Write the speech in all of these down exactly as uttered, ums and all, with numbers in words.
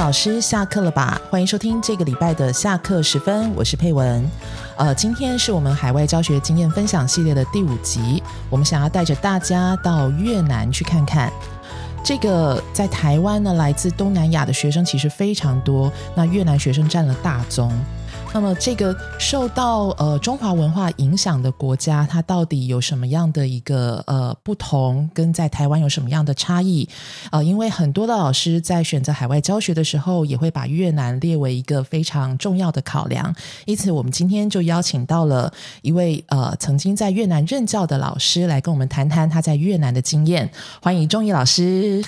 老师下课了吧？欢迎收听这个礼拜的下课时分，我是佩文。呃，今天是我们海外教学经验分享系列的第五集，我们想要带着大家到越南去看看。这个在台湾呢，来自东南亚的学生其实非常多，那越南学生占了大宗。那么这个受到呃中华文化影响的国家，它到底有什么样的一个呃不同，跟在台湾有什么样的差异？呃，因为很多的老师在选择海外教学的时候，也会把越南列为一个非常重要的考量。因此，我们今天就邀请到了一位呃曾经在越南任教的老师，来跟我们谈谈他在越南的经验。欢迎钟怡老师。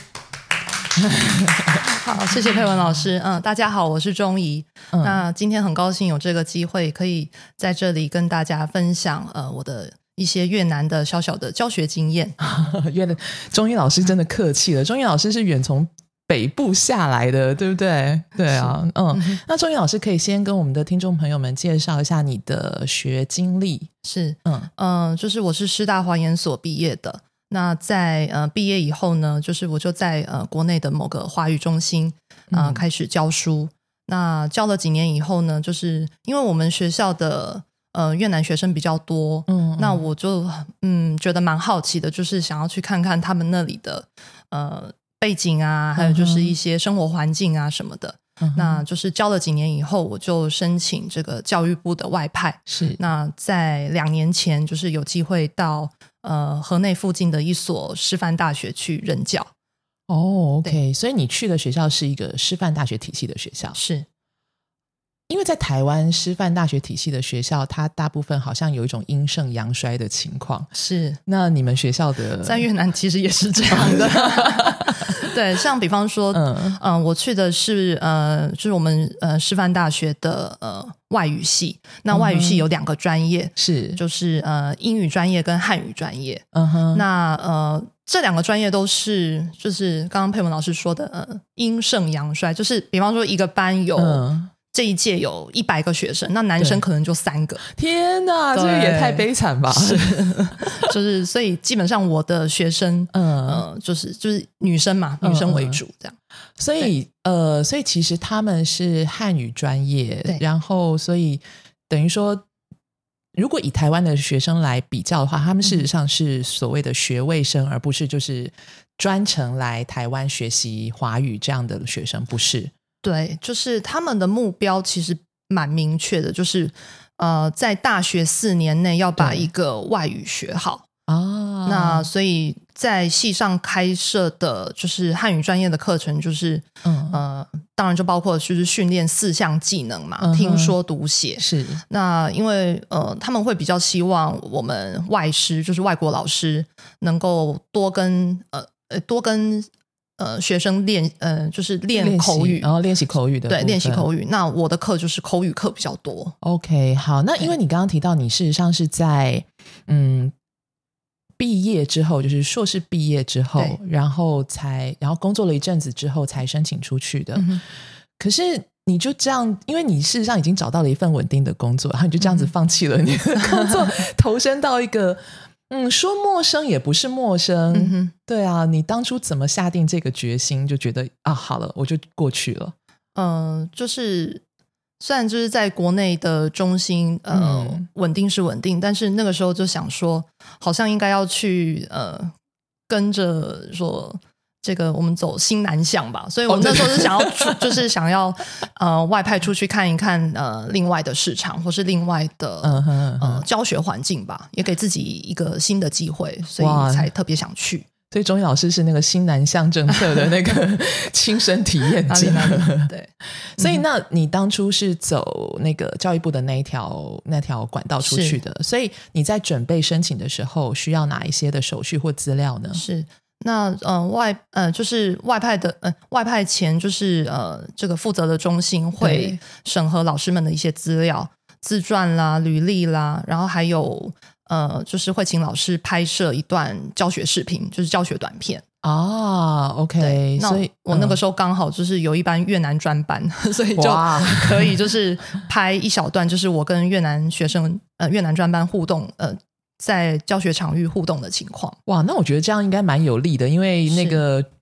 好，谢谢佩文老师。嗯，大家好，我是钟怡。嗯、那今天很高兴有这个机会，可以在这里跟大家分享呃我的一些越南的小小的教学经验。 越南钟怡老师真的客气了，钟怡老师是远从北部下来的，对不对？对啊，嗯。那钟怡老师可以先跟我们的听众朋友们介绍一下你的学经历。 是，嗯嗯、呃，就是我是师大华研所毕业的。那在呃毕业以后呢，就是我就在呃国内的某个华语中心呃、嗯、开始教书。那教了几年以后呢，就是因为我们学校的呃越南学生比较多，嗯，那我就嗯觉得蛮好奇的，就是想要去看看他们那里的呃背景啊，还有就是一些生活环境啊什么的。嗯、那就是教了几年以后，我就申请这个教育部的外派。 是， 那在两年前就是有机会到呃河内附近的一所师范大学去任教。 哦 OK， 所以你去的学校是一个师范大学体系的学校。 是， 因为在台湾师范大学体系的学校，它大部分好像有一种阴盛阳衰的情况。 是， 那你们学校的在越南其实也是这样的。对，像比方说嗯、呃、我去的是呃就是我们呃师范大学的呃外语系。那外语系有两个专业， 是、 嗯、就是呃英语专业跟汉语专业。 嗯哼， 那呃这两个专业都是就是刚刚佩文老师说的呃阴盛阳衰，就是比方说一个班有、嗯这一届有一百个学生，那男生可能就三个。 天哪，这个也太悲惨吧！ 是，就是所以基本上我的学生，嗯、呃，就是就是女生嘛，女生为主这样。嗯、 所以呃，所以其实他们是汉语专业，然后所以等于说，如果以台湾的学生来比较的话，他们事实上是所谓的学位生，嗯、而不是就是专程来台湾学习华语这样的学生，不是。 对，就是他们的目标其实蛮明确的，就是呃，在大学四年内要把一个外语学好啊。那所以在系上开设的就是汉语专业的课程，就是嗯呃，当然就包括就是训练四项技能嘛，嗯、听说读写。 是。 那因为呃，他们会比较希望我们外师，就是外国老师，能够多跟呃呃多跟。呃，学生练呃，就是练口语， 然后练习口语的， 对，练习口语。那我的课就是口语课比较多。 OK， 好，那因为你刚刚提到你事实上是在嗯毕业之后，就是硕士毕业之后，然后才然后工作了一阵子之后才申请出去的。嗯、可是你就这样，因为你事实上已经找到了一份稳定的工作，然后你就这样子放弃了你的工作，投身到一个。嗯，说陌生也不是陌生、嗯、哼对啊，你当初怎么下定这个决心就觉得啊，好了，我就过去了。 嗯、呃，就是虽然就是在国内的中心呃、嗯、稳定是稳定，但是那个时候就想说好像应该要去呃跟着说这个我们走新南向吧，所以我们那时候是想要出、哦、就是想要呃外派出去看一看呃另外的市场或是另外的、嗯哼嗯、呃教学环境吧，也给自己一个新的机会，所以才特别想去。 所以钟怡老师是那个新南向政策的那个亲身体验者。 对， 所以那你当初是走那个教育部的那一条那条管道出去的，所以你在准备申请的时候需要哪一些的手续或资料呢？ 是。那呃外呃就是外派的呃外派前就是呃这个负责的中心会审核老师们的一些资料，自传啦、履历啦，然后还有呃就是会请老师拍摄一段教学视频，就是教学短片啊。OK， 所以我那个时候刚好就是有一班越南专班，所以就可以就是拍一小段，就是我跟越南学生呃越南专班互动呃。在教学场域互动的情况。 哇，那我觉得这样应该蛮有利的，因为那个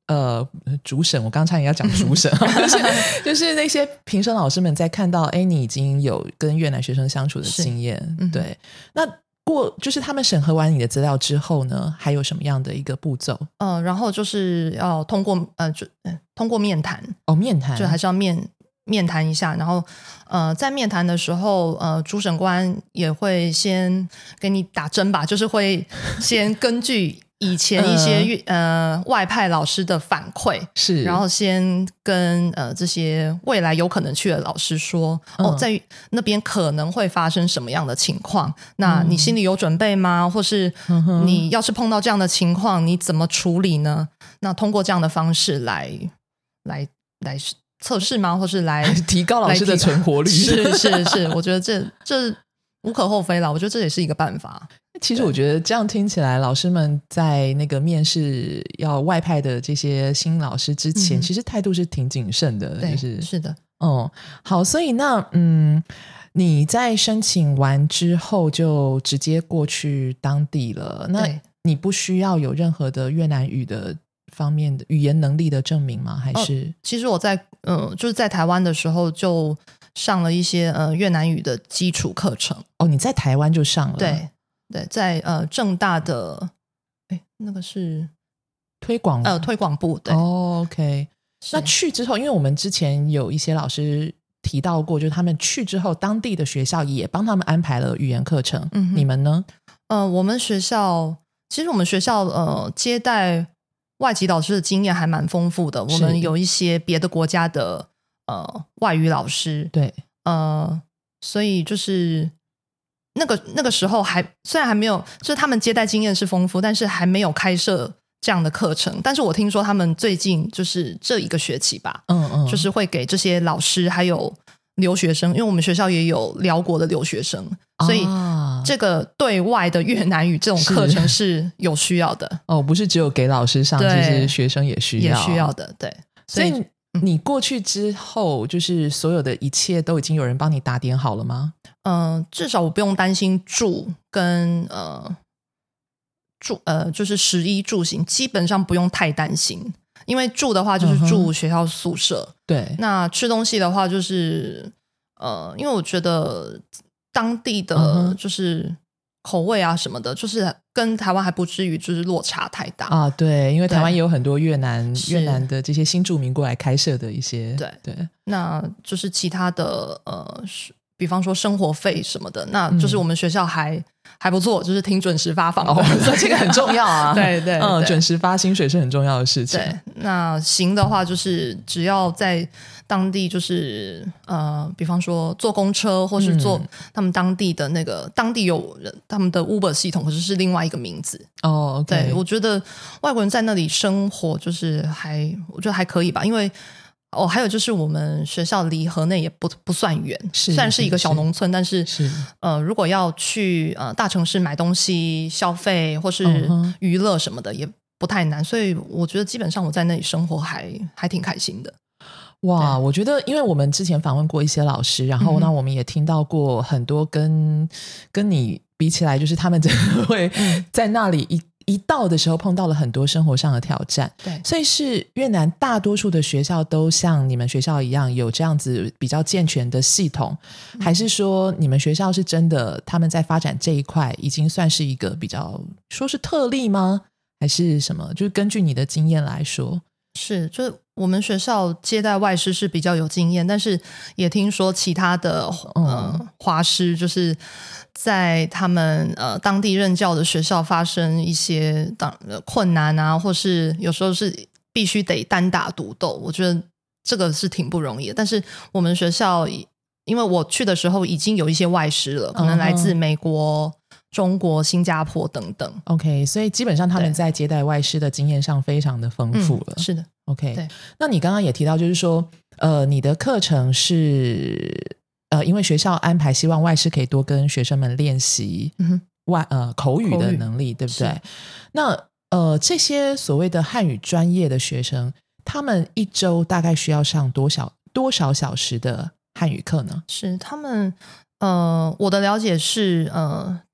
呃，主审，我刚才也要讲主审，就是就是那些评审老师们在看到，哎，你已经有跟越南学生相处的经验，嗯、对，那过就是他们审核完你的资料之后呢，还有什么样的一个步骤？ 呃，然后就是要通过呃，就、呃、通过面谈哦，面谈， 就还是要面面谈一下，然后呃，在面谈的时候，呃，主审官也会先给你打针吧，就是会先根据以前一些、呃、呃外派老师的反馈是， 然后先跟呃这些未来有可能去的老师说、嗯、哦，在那边可能会发生什么样的情况，那你心里有准备吗？嗯、或是你要是碰到这样的情况，你怎么处理呢？那通过这样的方式来来来测试吗？或是来提高老师的存活率？ 是是是，我觉得这这无可厚非啦，我觉得这也是一个办法。 其实我觉得这样听起来，老师们在那个面试要外派的这些新老师之前、嗯、其实态度是挺谨慎的。 对， 就是是的。 哦、嗯，好，所以那嗯，你在申请完之后就直接过去当地了，那你不需要有任何的越南语的方面的语言能力的证明吗？还是、 哦、其实我在嗯、呃，就是在台湾的时候就上了一些呃越南语的基础课程。 哦，你在台湾就上了？ 对对，在呃政大的哎那个是推广呃推广部。对、 哦、OK。那去之后，因为我们之前有一些老师提到过，就是他们去之后当地的学校也帮他们安排了语言课程、嗯、你们呢？ 呃我们学校其实我们学校呃接待外籍老师的经验还蛮丰富的，我们有一些别的国家的呃外语老师。 对， 呃所以就是那个那个时候还虽然还没有，就是他们接待经验是丰富，但是还没有开设这样的课程。但是我听说他们最近就是这一个学期吧，嗯嗯，就是会给这些老师还有留学生，因为我们学校也有辽国的留学生，所以这个对外的越南语这种课程是有需要的。 哦，不是只有给老师上，其实学生也需要， 也需要的。对， 所以你过去之后，就是所有的一切都已经有人帮你打点好了吗？ 嗯、呃，至少我不用担心住跟呃住呃就是食衣住行，基本上不用太担心。因为住的话就是住学校宿舍，嗯、 对。那吃东西的话就是呃，因为我觉得当地的就是口味啊什么的，就是跟台湾还不至于就是落差太大啊。对，因为台湾也有很多越南越南的这些新住民过来开设的一些， 对对。 那就是其他的呃。比方说生活费什么的，那就是我们学校还、嗯、还不错，就是挺准时发放的， 哦、这个很重要啊。 对 对, 对， 嗯，准时发薪水是很重要的事情。 对，那行的话就是只要在当地，就是呃，比方说坐公车，或是坐他们当地的那个、嗯、当地有人他们的 Uber 系统，可是是另外一个名字。 哦 ，OK。 对，我觉得外国人在那里生活就是还，我觉得还可以吧，因为。哦，还有就是我们学校离河内也不不算远，虽然是一个小农村，但是, 是呃，如果要去呃大城市买东西、消费或是娱乐什么的，也不太难，所以我觉得基本上我在那里生活还还挺开心的。 哇，我觉得因为我们之前访问过一些老师，然后呢，我们也听到过很多跟、嗯、跟你比起来，就是他们真的会在那里一。一到的时候碰到了很多生活上的挑战， 对， 所以是越南大多数的学校都像你们学校一样有这样子比较健全的系统、嗯、还是说你们学校是真的他们在发展这一块已经算是一个比较说是特例吗？还是什么？就是根据你的经验来说。 是，就是我们学校接待外师是比较有经验，但是也听说其他的呃华师就是在他们呃当地任教的学校发生一些当困难啊，或是有时候是必须得单打独斗，我觉得这个是挺不容易的。但是我们学校因为我去的时候已经有一些外师了，可能来自美国、中国、新加坡等等。 OK， 所以基本上他们在接待外师的经验上非常的丰富了、 嗯、是的。 OK， 对。 那你刚刚也提到就是说呃，你的课程是呃，因为学校安排希望外师可以多跟学生们练习外、嗯、呃口语的能力，对不对？那呃这些所谓的汉语专业的学生，他们一周大概需要上多少多少小时的汉语课呢？ 是他们呃，我的了解是呃，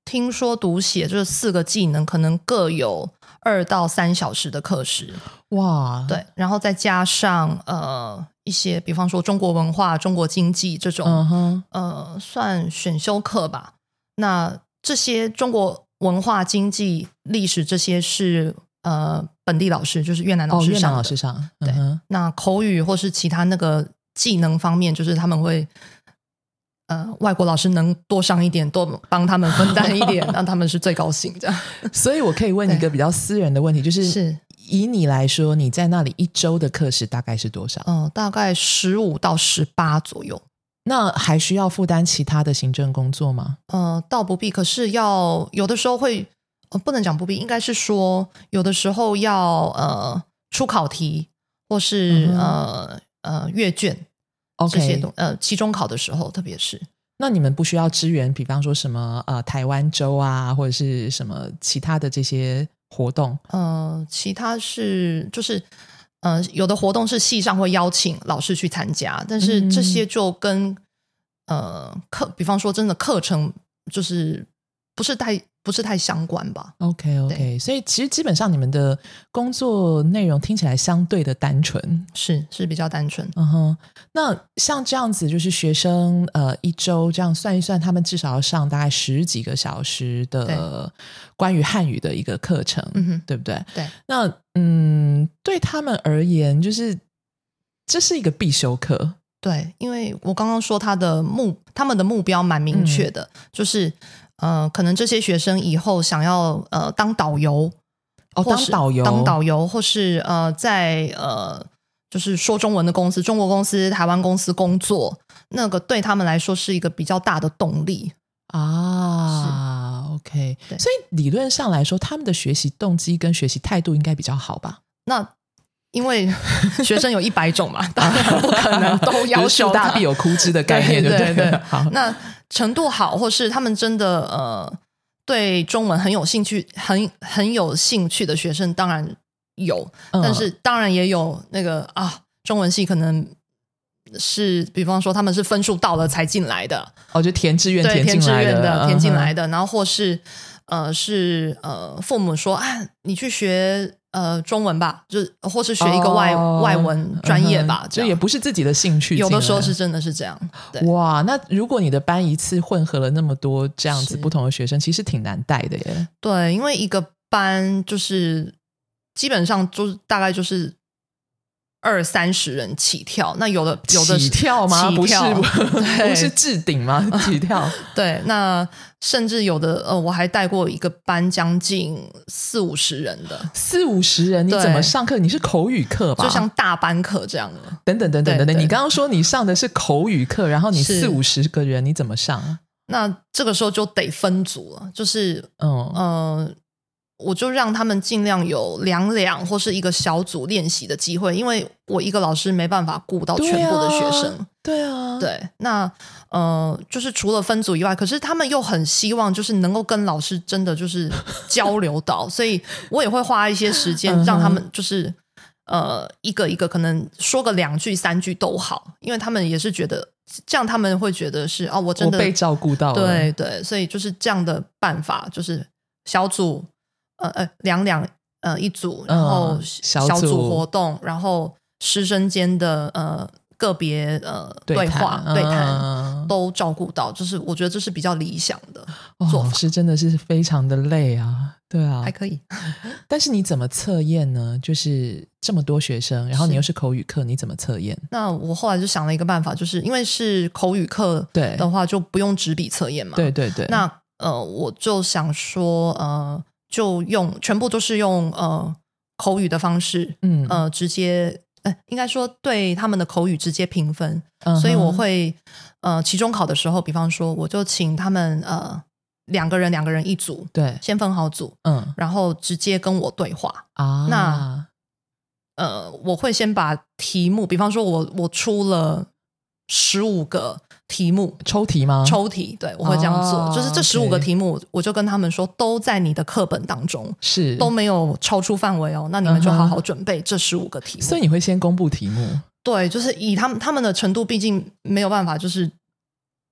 听说读写这四个技能可能各有二到三小时的课时。 哇， 对，然后再加上呃一些，比方说中国文化、中国经济这种， 嗯哼， 呃，算选修课吧。那这些中国文化、经济、历史这些是呃本地老师，就是越南老师上的。哦， 越南老师上。嗯、 对，那口语或是其他那个技能方面，就是他们会呃外国老师能多上一点，多帮他们分担一点，让他们是最高兴这样。 所以我可以问你一个比较私人的问题，就是是。 以你来说，你在那里一周的课时大概是多少？ 嗯、呃，大概十五到十八左右。 那还需要负担其他的行政工作吗？ 呃，倒不必，可是要有的时候会，呃，不能讲不必，应该是说有的时候要呃出考题，或是、嗯、呃呃阅卷 ，OK， 这些东呃期中考的时候，特别是。 那你们不需要支援，比方说什么呃台湾州啊，或者是什么其他的这些活动？ 呃，其他是就是呃有的活动是系上会邀请老师去参加，但是这些就跟、嗯、呃课，比方说真的课程就是不是太不是太相关吧。 OK OK， 所以其实基本上你们的工作内容听起来相对的单纯， 是是比较单纯。 嗯哼，那像这样子就是学生呃一周这样算一算，他们至少要上大概十几个小时的关于汉语的一个课程，嗯哼，对不对？ 对。 那嗯，对他们而言，就是这是一个必修课。 对，因为我刚刚说他的目他们的目标蛮明确的，嗯、就是呃，可能这些学生以后想要呃当导游， 哦，当导游， 当导游，或是呃在呃就是说中文的公司、中国公司、台湾公司工作，那个对他们来说是一个比较大的动力啊。OK， 所以理论上来说，他们的学习动机跟学习态度应该比较好吧？ 那因为学生有一百种嘛，当然不可能都要求树大必有枯枝的概念，对对对。好， 那程度好，或是他们真的呃对中文很有兴趣、很很有兴趣的学生，当然有，嗯、但是当然也有那个啊，中文系可能是，比方说他们是分数到了才进来的， 哦，就填志愿填进来的， 的填进来的，然后或是呃是呃父母说啊，你去学。呃，中文吧，就是或是学一个外、哦、外文专业吧， 这、嗯、也不是自己的兴趣。 有的时候是真的是这样。对， 哇，那如果你的班一次混合了那么多这样子不同的学生，其实挺难带的耶。 对，因为一个班就是基本上就是大概就是二三十人起跳，那有的有的起跳吗？ 起跳不是，不是置顶吗？起跳。 对，那甚至有的呃，我还带过一个班将近四五十人的， 四五十人，你怎么上课？你是口语课吧？ 就像大班课这样的。 等等等等等等，你刚刚说你上的是口语课，然后你四五十个人，你怎么上？ 那这个时候就得分组了，就是嗯呃。我就让他们尽量有两两或是一个小组练习的机会，因为我一个老师没办法顾到全部的学生。 对啊， 对，那呃，就是除了分组以外，可是他们又很希望就是能够跟老师真的就是交流到，所以我也会花一些时间让他们就是呃一个一个可能说个两句三句都好，因为他们也是觉得这样他们会觉得是哦，我真的我被照顾到了。 对对，所以就是这样的办法，就是小组。呃呃，两两呃一组，然后小组活动，嗯、然后师生间的呃个别呃对话对谈、嗯、都照顾到，就是我觉得这是比较理想的做法。 老师真的是非常的累啊，对啊， 还可以。 但是你怎么测验呢？就是这么多学生，然后你又是口语课，你怎么测验？ 那我后来就想了一个办法，就是因为是口语课的话，就不用纸笔测验嘛。 对对对。 那呃，我就想说呃。就用全部都是用呃口语的方式，嗯呃直接呃应该说对他们的口语直接评分，嗯、所以我会呃期中考的时候，比方说我就请他们呃两个人两个人一组， 对， 先分好组，嗯，然后直接跟我对话啊。那呃我会先把题目，比方说我我出了十五个。题目抽题吗？ 抽题，对，我会这样做，哦、就是这十五个题目， okay. 我就跟他们说，都在你的课本当中， 是都没有超出范围哦。那你们就好好准备这十五个题目。 Uh-huh. 所以你会先公布题目？ 对，就是以他们他们的程度，毕竟没有办法，就是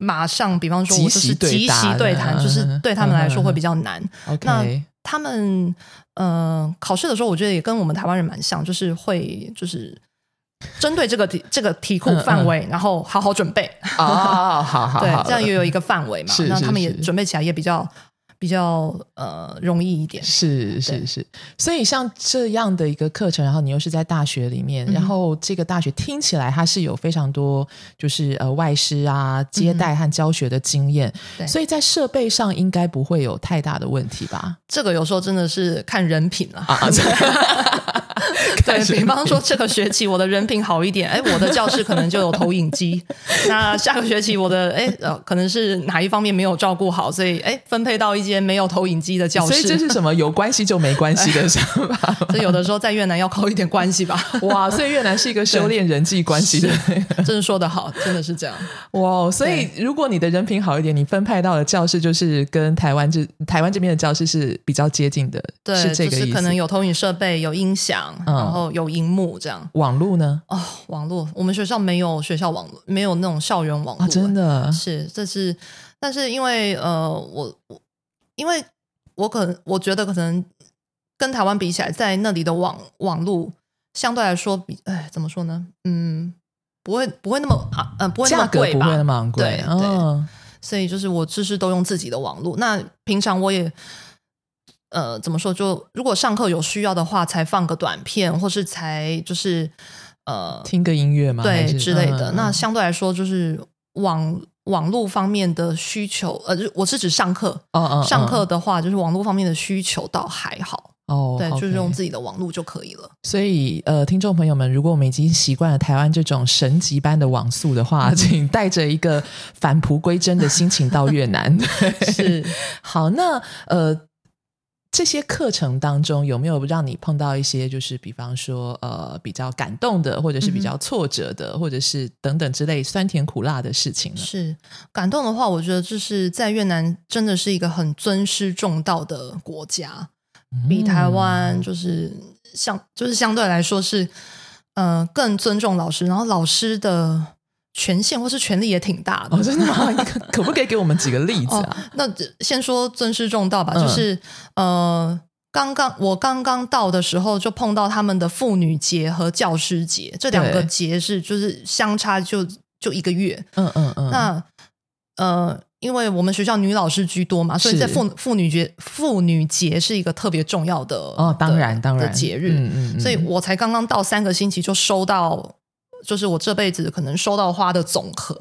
马上比方说我就是即席对谈，就是对他们来说会比较难。 嗯、 那他们呃考试的时候我觉得也跟我们台湾人蛮像，就是会就是针对这个题这个题库范围、嗯嗯、然后好好准备哦，好好对，这样也有一个范围嘛， 是是是， 那他们也准备起来也比较比较呃容易一点。 是是是，所以像这样的一个课程，然后你又是在大学里面、嗯、然后这个大学听起来它是有非常多就是呃外师啊接待和教学的经验、嗯、所以在设备上应该不会有太大的问题吧？ 这个有时候真的是看人品了啊对，比方说这个学期我的人品好一点，哎，我的教室可能就有投影机那下个学期我的哎呃可能是哪一方面没有照顾好，所以哎分配到一间没有投影机的教室。 所以这是什么有关系就没关系的想法这有的时候在越南要靠一点关系吧哇，所以越南是一个修炼人际关系的真的说得好，真的是这样哇。所以如果你的人品好一点，你分派到的教室就是跟台湾这台湾这边的教室是比较接近的。 对， 是这个意思， 就是可能有投影设备，有音响、嗯、然后有萤幕这样。 网路呢？ 哦，网路我们学校没有学校网路，没有那种校园网路、 啊、真的是这是，但是因为呃我我因为我可能我觉得可能跟台湾比起来，在那里的网网路相对来说比哎怎么说呢？嗯，不会不会那么啊呃不会那么贵吧？ 价格不会那么昂贵， 对、哦、对，所以就是我就是都用自己的网路。那平常我也。呃，怎么说？就如果上课有需要的话，才放个短片，或是才就是呃听个音乐吗？ 对之类的、 嗯。 那相对来说，就是网网络方面的需求，呃，我是指上课。 哦哦哦上课的话，就是网络方面的需求倒还好。 哦， 对， okay. 就是用自己的网络就可以了。 所以呃，听众朋友们，如果我们已经习惯了台湾这种神级般的网速的话，嗯、请带着一个返璞归真的心情到越南。 是， 好，那呃。这些课程当中有没有让你碰到一些就是比方说呃比较感动的，或者是比较挫折的、嗯、或者是等等之类酸甜苦辣的事情呢？ 是感动的话，我觉得就是在越南真的是一个很尊师重道的国家、嗯、比台湾就是相就是相对来说是呃更尊重老师，然后老师的权限或是权力也挺大的。 哦，真的吗？可不可以给我们几个例子啊？ 哦、那先说尊师重道吧、 嗯、 就是呃，刚刚我刚刚到的时候就碰到他们的妇女节和教师节，这两个节是就是相差就就一个月。嗯嗯嗯。那呃，因为我们学校女老师居多嘛，所以在妇妇女节妇女节是一个特别重要的哦，当然当然的节日。嗯嗯嗯。所以我才刚刚到三个星期就收到。就是我这辈子可能收到花的总和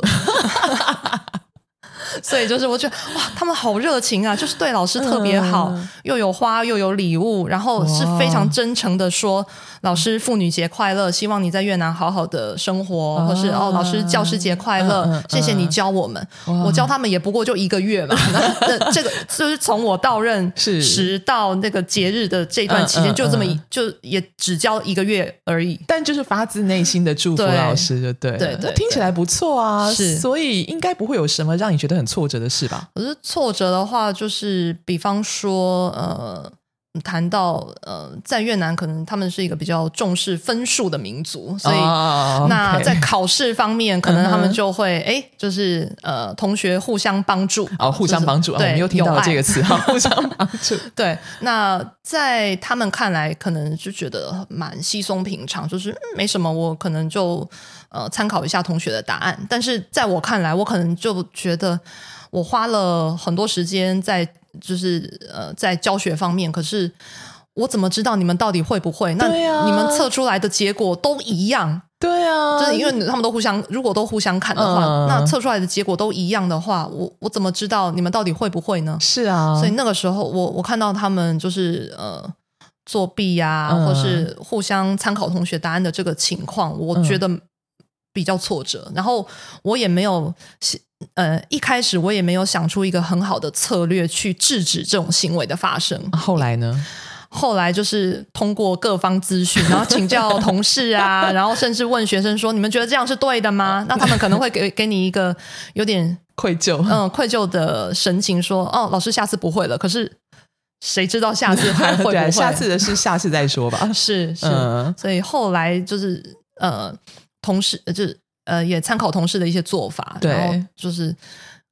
所以就是我觉得哇，他们好热情啊，就是对老师特别好、嗯、又有花又有礼物，然后是非常真诚的说老师妇女节快乐，希望你在越南好好的生活、哦、或是哦老师教师节快乐、嗯嗯、谢谢你教我们、嗯、我教他们也不过就一个月吧那这个就是从我到任时到那个节日的这段期间、嗯嗯、就这么、嗯、就也只教一个月而已， 但就是发自内心的祝福老师就对了。对 对, 对，听起来不错啊，是，所以应该不会有什么让你觉得很挫折的事吧？ 可是挫折的话就是比方说呃谈到呃，在越南可能他们是一个比较重视分数的民族，所以、oh, okay. 那在考试方面可能他们就会哎、uh-huh. 就是呃同学互相帮助哦、oh, 互相帮助、 就是、对、 哦、我们又听到了这个词互相帮助对，那在他们看来可能就觉得蛮稀松平常，就是、嗯、没什么，我可能就呃参考一下同学的答案，但是在我看来我可能就觉得我花了很多时间在就是呃在教学方面，可是我怎么知道你们到底会不会？那你们测出来的结果都一样。 对啊， 就是因为他们都互相，如果都互相看的话、嗯、那测出来的结果都一样的话，我我怎么知道你们到底会不会呢？ 是啊， 所以那个时候我我看到他们就是呃作弊啊、嗯、或是互相参考同学答案的这个情况，我觉得比较挫折、嗯、然后我也没有呃，一开始我也没有想出一个很好的策略去制止这种行为的发生。 后来呢？ 后来就是通过各方资讯，然后请教同事啊，然后甚至问学生说：“你们觉得这样是对的吗？”那他们可能会给给你一个有点愧疚， 嗯，愧疚的神情，说：“哦，老师下次不会了。”可是谁知道下次还会不会？ 对，下次的事下次再说吧。 是是、 嗯， 所以后来就是呃，同事就是。呃，也参考同事的一些做法， 对， 然后就是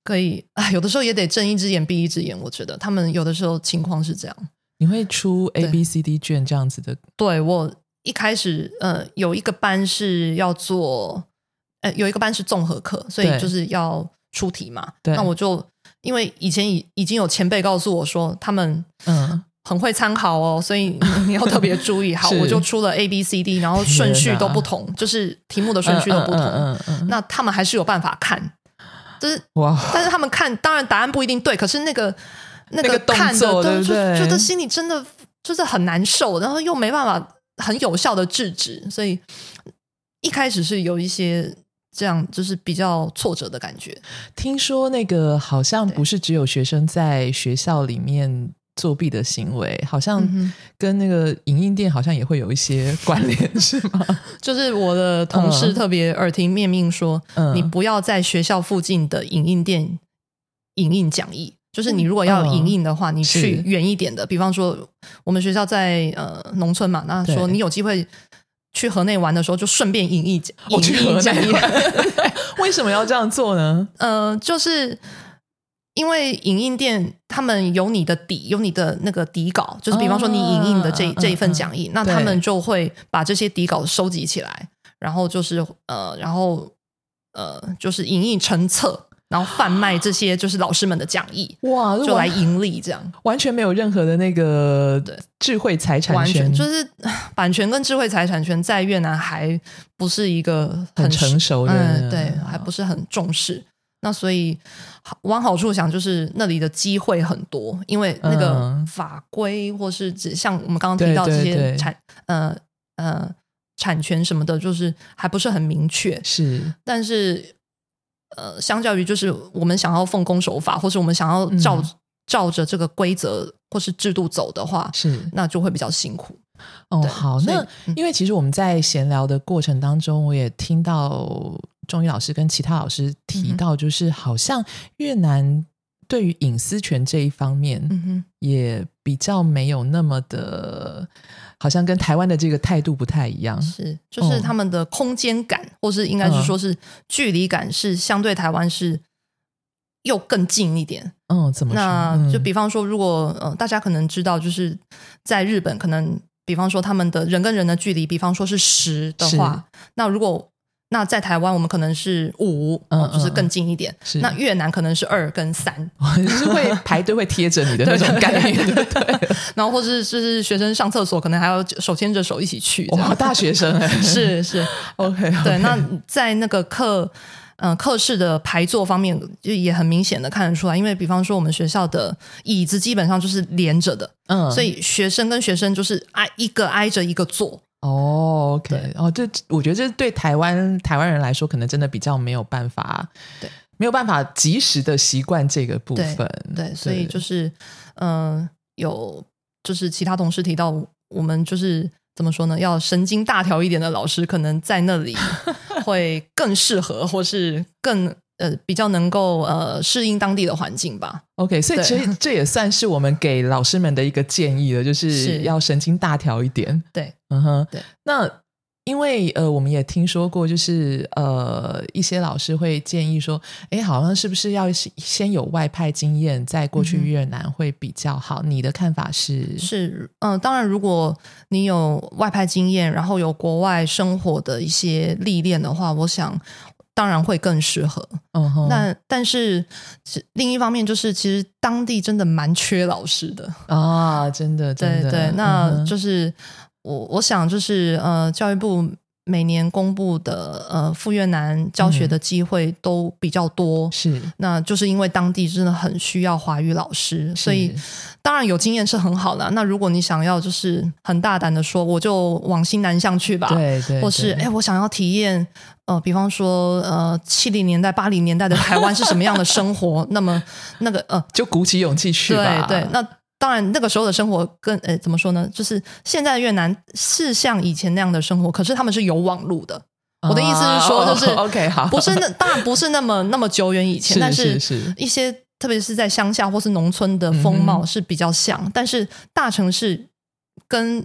可以啊，有的时候也得睁一只眼闭一只眼，我觉得他们有的时候情况是这样。 你会出 A B C D 卷这样子的？ 对，我一开始呃有一个班是要做呃有一个班是综合课，所以就是要出题嘛。那我就因为以前已已经有前辈告诉我说他们嗯很会参考哦，所以你要特别注意。好，我就出了 A B C D， 然后顺序都不同，就是题目的顺序都不同。嗯嗯嗯嗯、那他们还是有办法看，就是哇，但是他们看当然答案不一定对，可是那个那个看的都就觉得心里真的就是很难受，然后又没办法很有效的制止，所以一开始是有一些这样就是比较挫折的感觉。 听说那个好像不是只有学生在学校里面作弊的行为，好像跟那个影印店好像也会有一些关联是吗？ 就是我的同事特别耳提面命说、嗯、你不要在学校附近的影印店影印讲义，就是你如果要影印的话、嗯、你去远一点的，比方说我们学校在呃农村嘛，那说你有机会去河内玩的时候就顺便影印影印讲义。 为什么要这样做呢？ 呃，就是因为影印店他们有你的底，有你的那个底稿，就是比方说你影印的这、哦、这一份讲义、嗯嗯、那他们就会把这些底稿收集起来，然后就是呃然后呃就是影印成册，然后贩卖这些就是老师们的讲义，哇，就来盈利，这样完全没有任何的那个智慧财产权， 完全就是版权跟智慧财产权在越南还不是一个 很, 很成熟的、 嗯、对，还不是很重视。那所以往好处想，就是那里的机会很多，因为那个法规或是只像我们刚刚提到这些产呃呃产权什么的，就是还不是很明确。是，但是呃，相较于就是我们想要奉公守法，或是我们想要照、嗯、照着这个规则或是制度走的话，是那就会比较辛苦。 哦，好，那、嗯、因为其实我们在闲聊的过程当中，我也听到仲仪老师跟其他老师提到，就是好像越南对于隐私权这一方面、嗯、也比较没有那么的，好像跟台湾的这个态度不太一样。 是，就是他们的空间感、嗯、或是应该是说是距离感是相对台湾是又更近一点。 嗯，怎么说？ 那就比方说如果、呃、大家可能知道，就是在日本可能比方说他们的人跟人的距离比方说是十的话，那如果那在台湾我们可能是五、嗯哦、就是更近一点、嗯、那越南可能是二跟三， 就是会排队会贴着你的那种概念。对对对， 然后或是就是学生上厕所可能还要手牵着手一起去。 哇，大学生耶是是 OK, OK 对，那在那个课嗯，课室的排座方面就也很明显的看得出来，因为比方说我们学校的椅子基本上就是连着的，嗯，所以学生跟学生就是挨一个挨着一个坐。 哦 OK 哦，这我觉得这对台湾台湾人来说可能真的比较没有办法，对，没有办法及时的习惯这个部分。 对, 对，所以就是嗯、呃，有就是其他同事提到我们就是怎么说呢，要神经大条一点的老师可能在那里会更适合或是更呃比较能够呃适应当地的环境吧。 OK， 所以其实这也算是我们给老师们的一个建议了，就是要神经大条一点。 对， 嗯哼，对。那因为呃我们也听说过，就是呃一些老师会建议说，哎，好像是不是要先有外派经验再过去越南会比较好、嗯、你的看法是？是嗯、呃，当然如果你有外派经验，然后有国外生活的一些历练的话，我想当然会更适合。嗯哼，那但是另一方面就是其实当地真的蛮缺老师的啊，真的真的。 对对，那就是我我想就是呃，教育部每年公布的呃赴越南教学的机会都比较多，是、嗯，那就是因为当地真的很需要华语老师，所以当然有经验是很好的。那如果你想要就是很大胆的说，我就往新南向去吧，对 对, 对，或是哎，我想要体验呃，比方说呃七零年代八零年代的台湾是什么样的生活，那么那个呃， 就鼓起勇气去吧。 对对，那。当然那个时候的生活跟呃怎么说呢，就是现在的越南是像以前那样的生活，可是他们是有网路的。我的意思是说就是、 哦、OK 好， 不是那当然不是那么那么久远以前，是但是一些特别是在乡下或是农村的风貌是比较像、嗯、但是大城市跟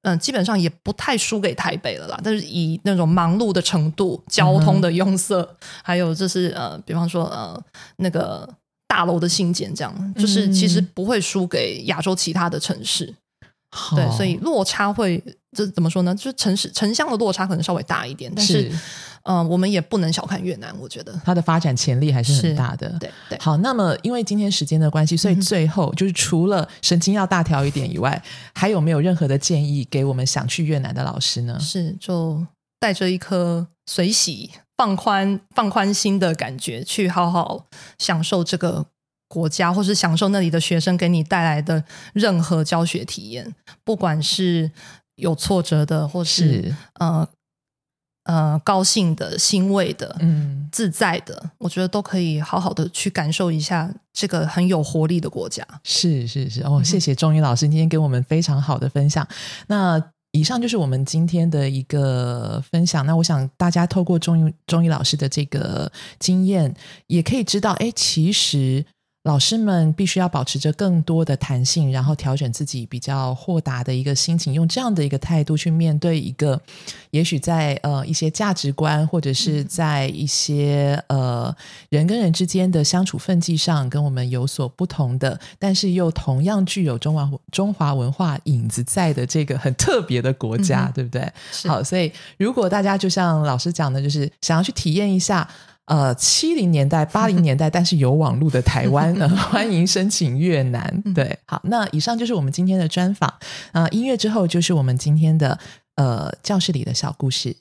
嗯，基本上也不太输给台北了啦，但是以那种忙碌的程度、交通的拥塞，嗯、还有就是呃，比方说呃那个大楼的兴建，这样就是其实不会输给亚洲其他的城市。嗯、对，所以落差会这怎么说呢？就是城市城乡的落差可能稍微大一点，但是。是嗯、呃，我们也不能小看越南，我觉得它的发展潜力还是很大的。 对对。 好，那么因为今天时间的关系，所以最后、嗯、就是除了神经要大条一点以外，还有没有任何的建议给我们想去越南的老师呢？ 是，就带着一颗随喜、放宽、放宽心的感觉，去好好享受这个国家，或是享受那里的学生给你带来的任何教学体验，不管是有挫折的，或是, 是呃。呃，高兴的、欣慰的、嗯、自在的，我觉得都可以好好的去感受一下这个很有活力的国家。 是是是哦，谢谢钟宇老师今天给我们非常好的分享。那以上就是我们今天的一个分享。那我想大家透过钟宇钟宇老师的这个经验，也可以知道，哎，其实老师们必须要保持着更多的弹性，然后调整自己比较豁达的一个心情，用这样的一个态度去面对一个也许在呃一些价值观，或者是在一些呃人跟人之间的相处分际上跟我们有所不同的，但是又同样具有中华中华文化影子在的这个很特别的国家、嗯、对不对？好，所以如果大家就像老师讲的，就是想要去体验一下呃，七零年代、八零年代，但是有网络的台湾，呃，欢迎申请越南。对，好，那以上就是我们今天的专访。呃，音乐之后就是我们今天的呃教室里的小故事。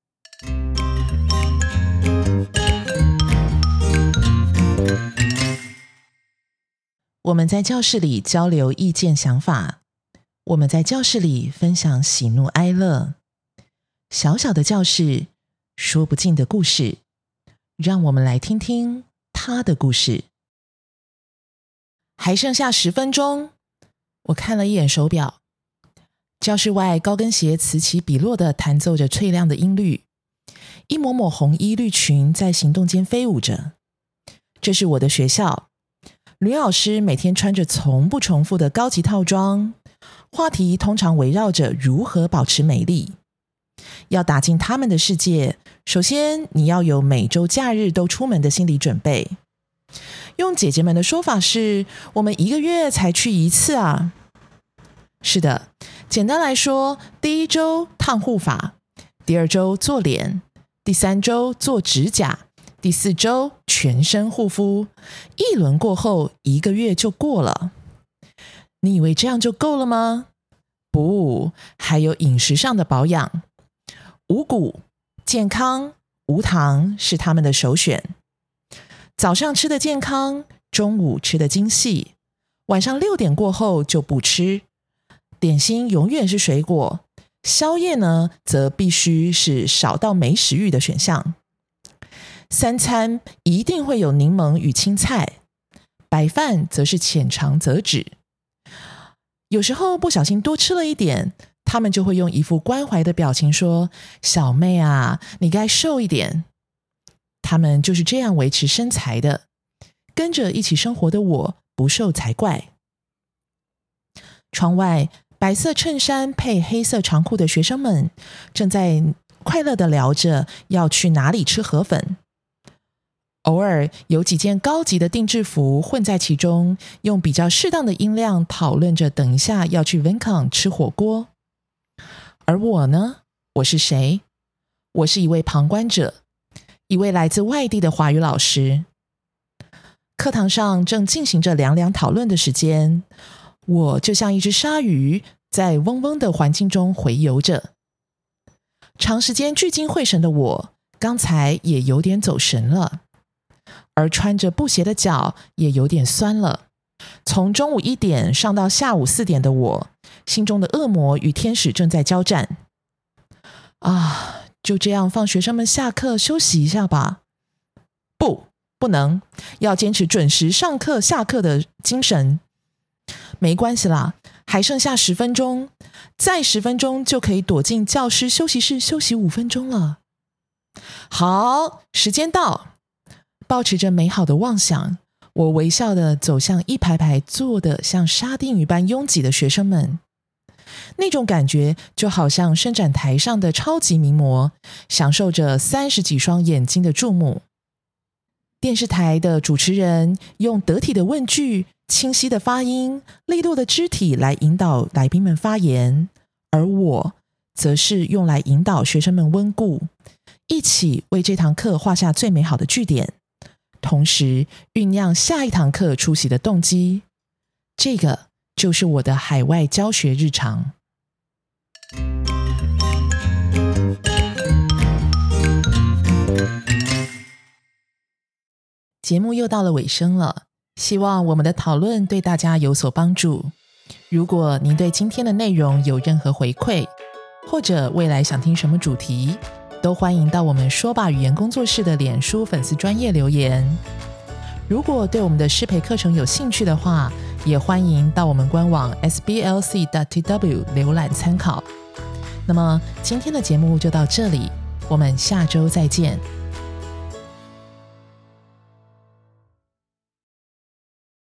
我们在教室里交流意见想法，我们在教室里分享喜怒哀乐。小小的教室，说不尽的故事。让我们来听听他的故事。还剩下十分钟，我看了一眼手表，教室外高跟鞋此起彼落地弹奏着脆亮的音律，一抹抹红衣绿裙在行动间飞舞着。这是我的学校，吕老师每天穿着从不重复的高级套装，话题通常围绕着如何保持美丽。要打进他们的世界，首先你要有每周假日都出门的心理准备。用姐姐们的说法是，我们一个月才去一次啊。是的，简单来说，第一周烫护发，第二周做脸，第三周做指甲，第四周全身护肤。一轮过后，一个月就过了。你以为这样就够了吗？不，还有饮食上的保养。五谷、健康、无糖是他们的首选。早上吃的健康，中午吃的精细，晚上六点过后就不吃。点心永远是水果，宵夜呢，则必须是少到没食欲的选项。三餐一定会有柠檬与青菜，白饭则是浅尝辄止。有时候不小心多吃了一点，他们就会用一副关怀的表情说：“小妹啊，你该瘦一点。”他们就是这样维持身材的，跟着一起生活的我不瘦才怪。窗外白色衬衫配黑色长裤的学生们正在快乐地聊着要去哪里吃河粉。偶尔有几件高级的定制服混在其中，用比较适当的音量讨论着等一下要去 Vincon 吃火锅。而我呢？我是谁？我是一位旁观者，一位来自外地的华语老师。课堂上正进行着凉凉讨论的时间，我就像一只鲨鱼，在嗡嗡的环境中回游着。长时间聚精会神的我，刚才也有点走神了，而穿着布鞋的脚也有点酸了。从中午一点上到下午四点的我，心中的恶魔与天使正在交战。啊，就这样放学生们下课休息一下吧？不，不能，要坚持准时上课下课的精神。没关系啦，还剩下十分钟，再十分钟就可以躲进教师休息室休息五分钟了。好，时间到。抱持着美好的妄想，我微笑地走向一排排坐得像沙丁鱼般拥挤的学生们。 那种感觉就好像伸展台上的超级名模，享受着三十几双眼睛的注目。电视台的主持人用得体的问句、清晰的发音、利落的肢体来引导来宾们发言，而我则是用来引导学生们温故，一起为这堂课画下最美好的句点，同时酝酿下一堂课出席的动机。这个就是我的海外教学日常。节目又到了尾声了，希望我们的讨论对大家有所帮助。如果您对今天的内容有任何回馈，或者未来想听什么主题，都欢迎到我们说吧语言工作室的脸书粉丝专页留言。如果对我们的师培课程有兴趣的话，也欢迎到我们官网 S B L C 点 T W 浏览参考。那么今天的节目就到这里，我们下周再见。